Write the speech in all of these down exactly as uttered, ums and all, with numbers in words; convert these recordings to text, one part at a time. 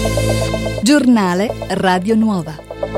Giornale Radio Nuova.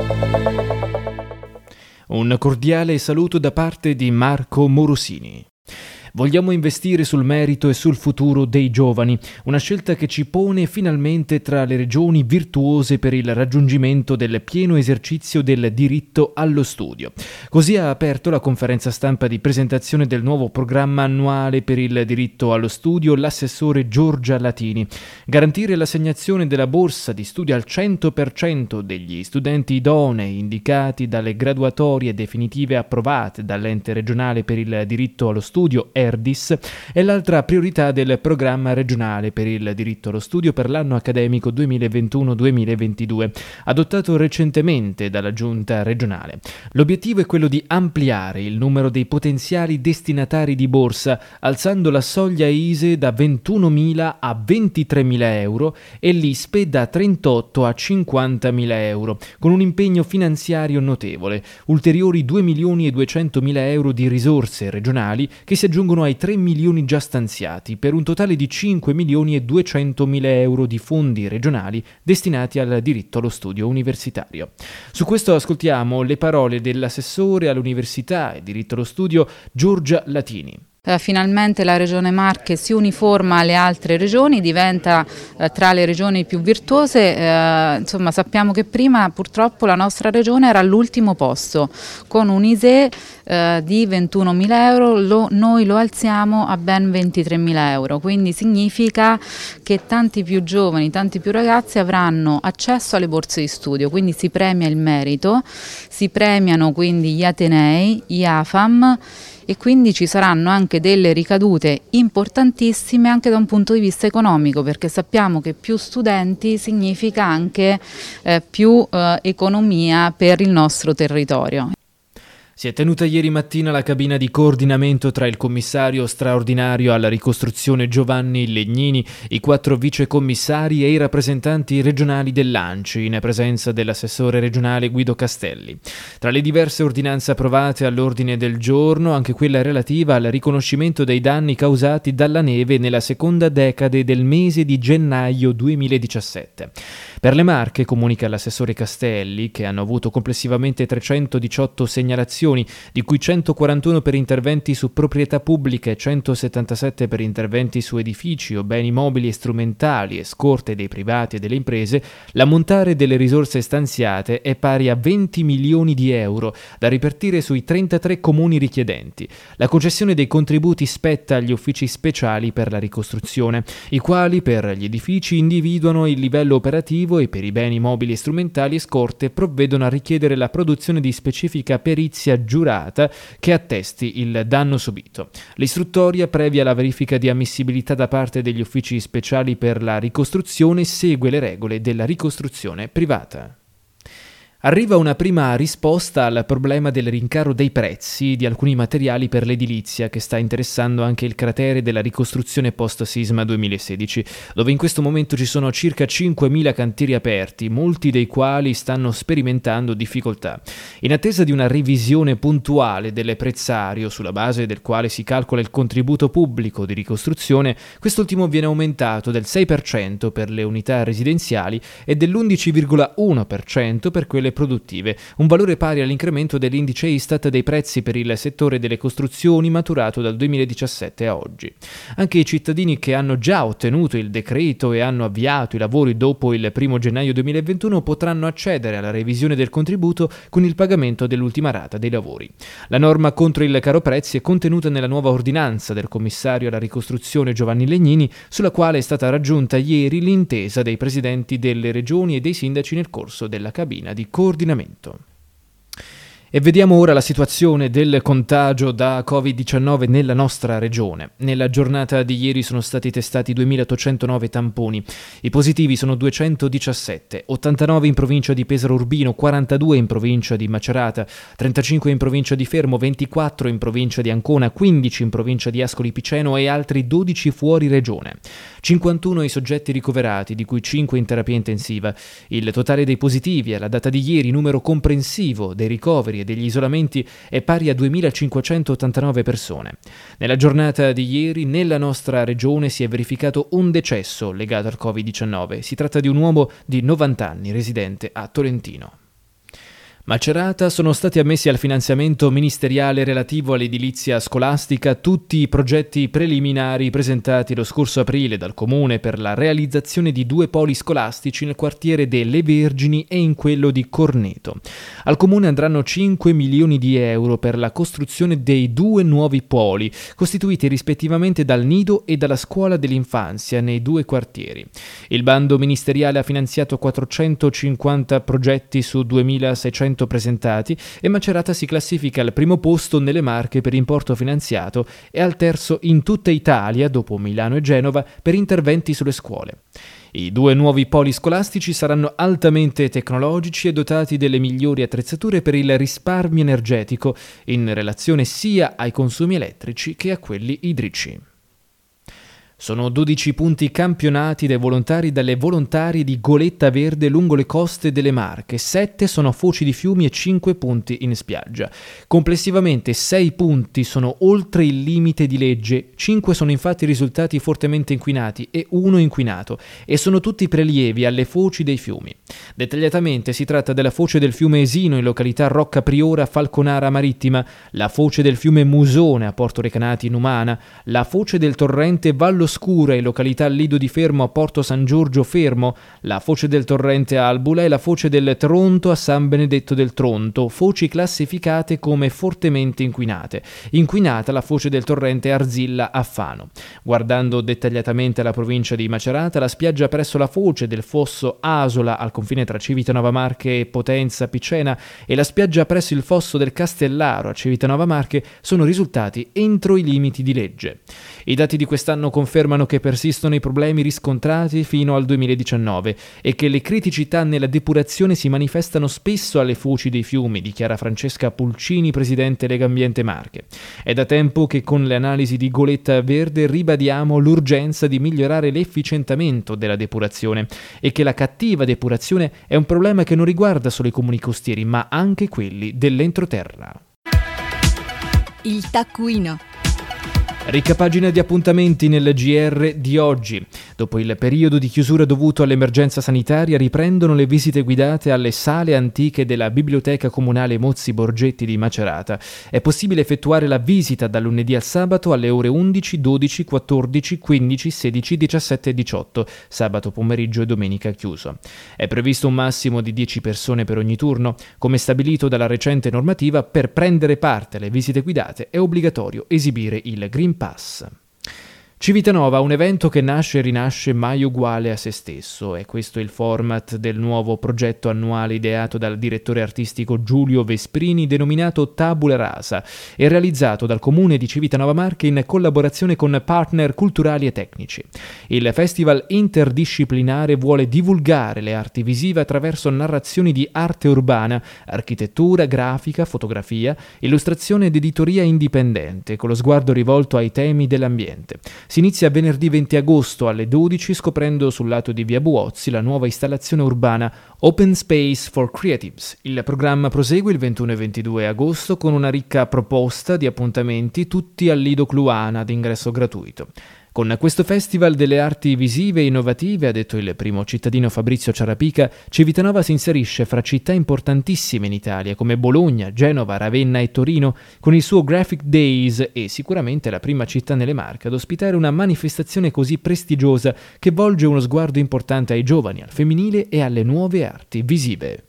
Un cordiale saluto da parte di Marco Morosini. Vogliamo investire sul merito e sul futuro dei giovani, una scelta che ci pone finalmente tra le regioni virtuose per il raggiungimento del pieno esercizio del diritto allo studio. Così ha aperto la conferenza stampa di presentazione del nuovo programma annuale per il diritto allo studio l'assessore Giorgia Latini. Garantire l'assegnazione della borsa di studio al cento per cento degli studenti idonei indicati dalle graduatorie definitive approvate dall'ente regionale per il diritto allo studio ERDIS è l'altra priorità del programma regionale per il diritto allo studio per l'anno accademico duemilaventuno duemilaventidue, adottato recentemente dalla giunta regionale. L'obiettivo è quello di ampliare il numero dei potenziali destinatari di borsa, alzando la soglia I S E E da ventunomila a ventitremila euro e l'I S P E da trentotto a cinquantamila euro, con un impegno finanziario notevole, ulteriori due milioni e duecentomila euro di risorse regionali che si aggiungono ai tre milioni già stanziati, per un totale di cinque milioni e duecentomila euro di fondi regionali destinati al diritto allo studio universitario. Su questo ascoltiamo le parole dell'assessore all'università e diritto allo studio Giorgia Latini. Uh, finalmente la Regione Marche si uniforma alle altre regioni, diventa uh, tra le regioni più virtuose. Uh, insomma, sappiamo che prima purtroppo la nostra regione era all'ultimo posto, con un I S E E uh, di ventunomila euro, lo, noi lo alziamo a ben ventitremila euro, quindi significa che tanti più giovani, tanti più ragazzi avranno accesso alle borse di studio, quindi si premia il merito, si premiano quindi gli atenei, gli A F A M, e quindi ci saranno anche delle ricadute importantissime anche da un punto di vista economico, perché sappiamo che più studenti significa anche eh, più eh, economia per il nostro territorio. Si è tenuta ieri mattina la cabina di coordinamento tra il commissario straordinario alla ricostruzione Giovanni Legnini, i quattro vicecommissari e i rappresentanti regionali dell'ANCI, in presenza dell'assessore regionale Guido Castelli. Tra le diverse ordinanze approvate all'ordine del giorno, anche quella relativa al riconoscimento dei danni causati dalla neve nella seconda decade del mese di gennaio duemiladiciassette. Per le Marche, comunica l'assessore Castelli, che hanno avuto complessivamente trecentodiciotto segnalazioni, di cui centoquarantuno per interventi su proprietà pubbliche e centosettantasette per interventi su edifici o beni mobili e strumentali e scorte dei privati e delle imprese, l'ammontare delle risorse stanziate è pari a venti milioni di euro, da ripartire sui trentatré comuni richiedenti. La concessione dei contributi spetta agli uffici speciali per la ricostruzione, i quali per gli edifici individuano il livello operativo e per i beni mobili e strumentali e scorte provvedono a richiedere la produzione di specifica perizia giurata che attesti il danno subito. L'istruttoria, previa la verifica di ammissibilità da parte degli uffici speciali per la ricostruzione, segue le regole della ricostruzione privata. Arriva una prima risposta al problema del rincaro dei prezzi di alcuni materiali per l'edilizia che sta interessando anche il cratere della ricostruzione post-sisma duemilasedici, dove in questo momento ci sono circa cinquemila cantieri aperti, molti dei quali stanno sperimentando difficoltà. In attesa di una revisione puntuale del prezzario, sulla base del quale si calcola il contributo pubblico di ricostruzione, quest'ultimo viene aumentato del sei per cento per le unità residenziali e dell'undici virgola uno per cento per quelle produttive, un valore pari all'incremento dell'indice Istat dei prezzi per il settore delle costruzioni maturato dal duemiladiciassette a oggi. Anche i cittadini che hanno già ottenuto il decreto e hanno avviato i lavori dopo il primo gennaio duemilaventuno potranno accedere alla revisione del contributo con il pagamento dell'ultima rata dei lavori. La norma contro il caro prezzi è contenuta nella nuova ordinanza del commissario alla ricostruzione Giovanni Legnini, sulla quale è stata raggiunta ieri l'intesa dei presidenti delle regioni e dei sindaci nel corso della cabina di coordinamento. E vediamo ora la situazione del contagio da covid diciannove nella nostra regione. Nella giornata di ieri sono stati testati duemilaottocentonove tamponi. I positivi sono duecentodiciassette, ottantanove in provincia di Pesaro Urbino, quarantadue in provincia di Macerata, trentacinque in provincia di Fermo, ventiquattro in provincia di Ancona, quindici in provincia di Ascoli Piceno e altri dodici fuori regione. cinquantuno i soggetti ricoverati, di cui cinque in terapia intensiva. Il totale dei positivi alla data di ieri, numero comprensivo dei ricoveri e degli isolamenti è pari a duemilacinquecentottantanove persone. Nella giornata di ieri nella nostra regione si è verificato un decesso legato al covid diciannove. Si tratta di un uomo di novanta anni residente a Tolentino. Macerata sono stati ammessi al finanziamento ministeriale relativo all'edilizia scolastica tutti i progetti preliminari presentati lo scorso aprile dal Comune per la realizzazione di due poli scolastici nel quartiere delle Vergini e in quello di Corneto. Al Comune andranno cinque milioni di euro per la costruzione dei due nuovi poli, costituiti rispettivamente dal nido e dalla scuola dell'infanzia nei due quartieri. Il bando ministeriale ha finanziato quattrocentocinquanta progetti su duemilaseicento presentati e Macerata si classifica al primo posto nelle Marche per importo finanziato e al terzo in tutta Italia, dopo Milano e Genova, per interventi sulle scuole. I due nuovi poli scolastici saranno altamente tecnologici e dotati delle migliori attrezzature per il risparmio energetico in relazione sia ai consumi elettrici che a quelli idrici. Sono dodici punti campionati dai volontari dalle volontarie di Goletta Verde lungo le coste delle Marche, sette sono foci di fiumi e cinque punti in spiaggia. Complessivamente sei punti sono oltre il limite di legge, cinque sono infatti risultati fortemente inquinati e uno inquinato, e sono tutti prelievi alle foci dei fiumi. Dettagliatamente si tratta della foce del fiume Esino in località Rocca Priora Falconara Marittima, la foce del fiume Musone a Porto Recanati in Umana, la foce del torrente Vallo Scura in località Lido di Fermo a Porto San Giorgio Fermo, la foce del torrente Albula e la foce del Tronto a San Benedetto del Tronto, foci classificate come fortemente inquinate. Inquinata la foce del torrente Arzilla a Fano. Guardando dettagliatamente la provincia di Macerata, la spiaggia presso la foce del fosso Asola al confine tra Civitanova Marche e Potenza Picena e la spiaggia presso il fosso del Castellaro a Civitanova Marche sono risultati entro i limiti di legge. I dati di quest'anno confermano che persistono i problemi riscontrati fino al duemiladiciannove e che le criticità nella depurazione si manifestano spesso alle foci dei fiumi, dichiara Francesca Pulcini, presidente Legambiente Marche. È da tempo che con le analisi di Goletta Verde ribadiamo l'urgenza di migliorare l'efficientamento della depurazione e che la cattiva depurazione è un problema che non riguarda solo i comuni costieri, ma anche quelli dell'entroterra. Il taccuino. Ricca pagina di appuntamenti nel G R di oggi. Dopo il periodo di chiusura dovuto all'emergenza sanitaria, riprendono le visite guidate alle sale antiche della Biblioteca Comunale Mozzi Borgetti di Macerata. È possibile effettuare la visita dal lunedì al sabato alle ore undici, dodici, quattordici, quindici, sedici, diciassette e diciotto, sabato pomeriggio e domenica chiuso. È previsto un massimo di dieci persone per ogni turno. Come stabilito dalla recente normativa, per prendere parte alle visite guidate è obbligatorio esibire il Green Pass. Civitanova, un evento che nasce e rinasce mai uguale a se stesso. È questo il format del nuovo progetto annuale ideato dal direttore artistico Giulio Vesprini, denominato Tabula Rasa, e realizzato dal Comune di Civitanova Marche in collaborazione con partner culturali e tecnici. Il festival interdisciplinare vuole divulgare le arti visive attraverso narrazioni di arte urbana, architettura, grafica, fotografia, illustrazione ed editoria indipendente, con lo sguardo rivolto ai temi dell'ambiente. Si inizia venerdì venti agosto alle dodici scoprendo sul lato di Via Buozzi la nuova installazione urbana Open Space for Creatives. Il programma prosegue il ventuno e ventidue agosto con una ricca proposta di appuntamenti tutti al Lido Cluana ad ingresso gratuito. Con questo festival delle arti visive e innovative, ha detto il primo cittadino Fabrizio Ciarapica, Civitanova si inserisce fra città importantissime in Italia come Bologna, Genova, Ravenna e Torino, con il suo Graphic Days e sicuramente la prima città nelle Marche ad ospitare una manifestazione così prestigiosa che volge uno sguardo importante ai giovani, al femminile e alle nuove arti visive.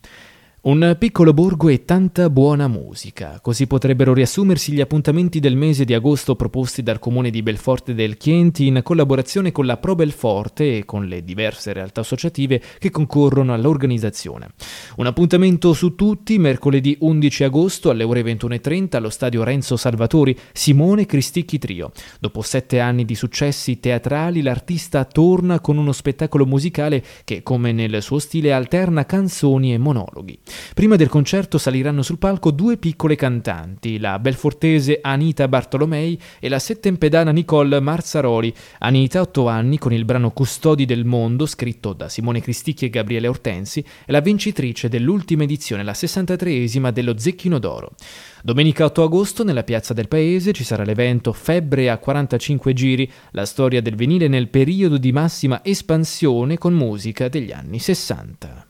Un piccolo borgo e tanta buona musica. Così potrebbero riassumersi gli appuntamenti del mese di agosto proposti dal Comune di Belforte del Chienti in collaborazione con la Pro Belforte e con le diverse realtà associative che concorrono all'organizzazione. Un appuntamento su tutti, mercoledì undici agosto alle ore ventuno e trenta allo stadio Renzo Salvatori, Simone Cristicchi Trio. Dopo sette anni di successi teatrali, l'artista torna con uno spettacolo musicale che, come nel suo stile, alterna canzoni e monologhi. Prima del concerto saliranno sul palco due piccole cantanti, la belfortese Anita Bartolomei e la settempedana Nicole Marzaroli. Anita, otto anni, con il brano Custodi del Mondo, scritto da Simone Cristicchi e Gabriele Ortensi, è la vincitrice dell'ultima edizione, la sessantatreesima dello Zecchino d'Oro. Domenica otto agosto nella Piazza del Paese ci sarà l'evento Febbre a quarantacinque giri, la storia del vinile nel periodo di massima espansione con musica degli anni sessanta.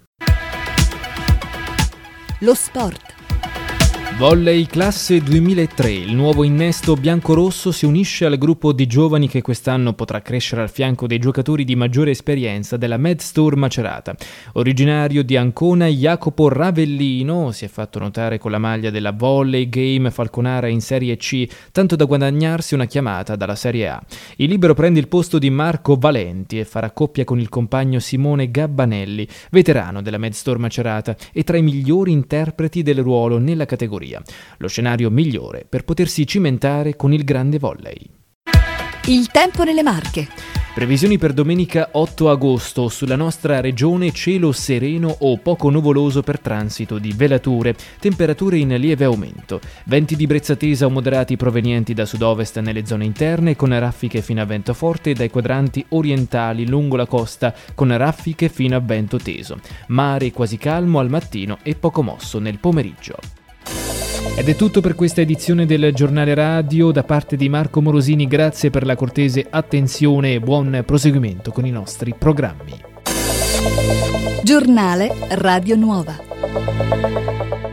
Lo sport. Volley classe duemilatré, il nuovo innesto biancorosso si unisce al gruppo di giovani che quest'anno potrà crescere al fianco dei giocatori di maggiore esperienza della MedStour Macerata. Originario di Ancona, Jacopo Ravellino si è fatto notare con la maglia della Volley Game Falconara in Serie C, tanto da guadagnarsi una chiamata dalla Serie A. Il libero prende il posto di Marco Valenti e farà coppia con il compagno Simone Gabbanelli, veterano della MedStour Macerata e tra i migliori interpreti del ruolo nella categoria. Lo scenario migliore per potersi cimentare con il grande volley. Il tempo nelle Marche. Previsioni per domenica otto agosto. Sulla nostra regione cielo sereno o poco nuvoloso per transito di velature, temperature in lieve aumento, venti di brezza tesa o moderati provenienti da sud-ovest nelle zone interne con raffiche fino a vento forte dai quadranti orientali lungo la costa con raffiche fino a vento teso, mare quasi calmo al mattino e poco mosso nel pomeriggio. Ed è tutto per questa edizione del Giornale Radio. Da parte di Marco Morosini, grazie per la cortese attenzione e buon proseguimento con i nostri programmi. Giornale Radio Nuova.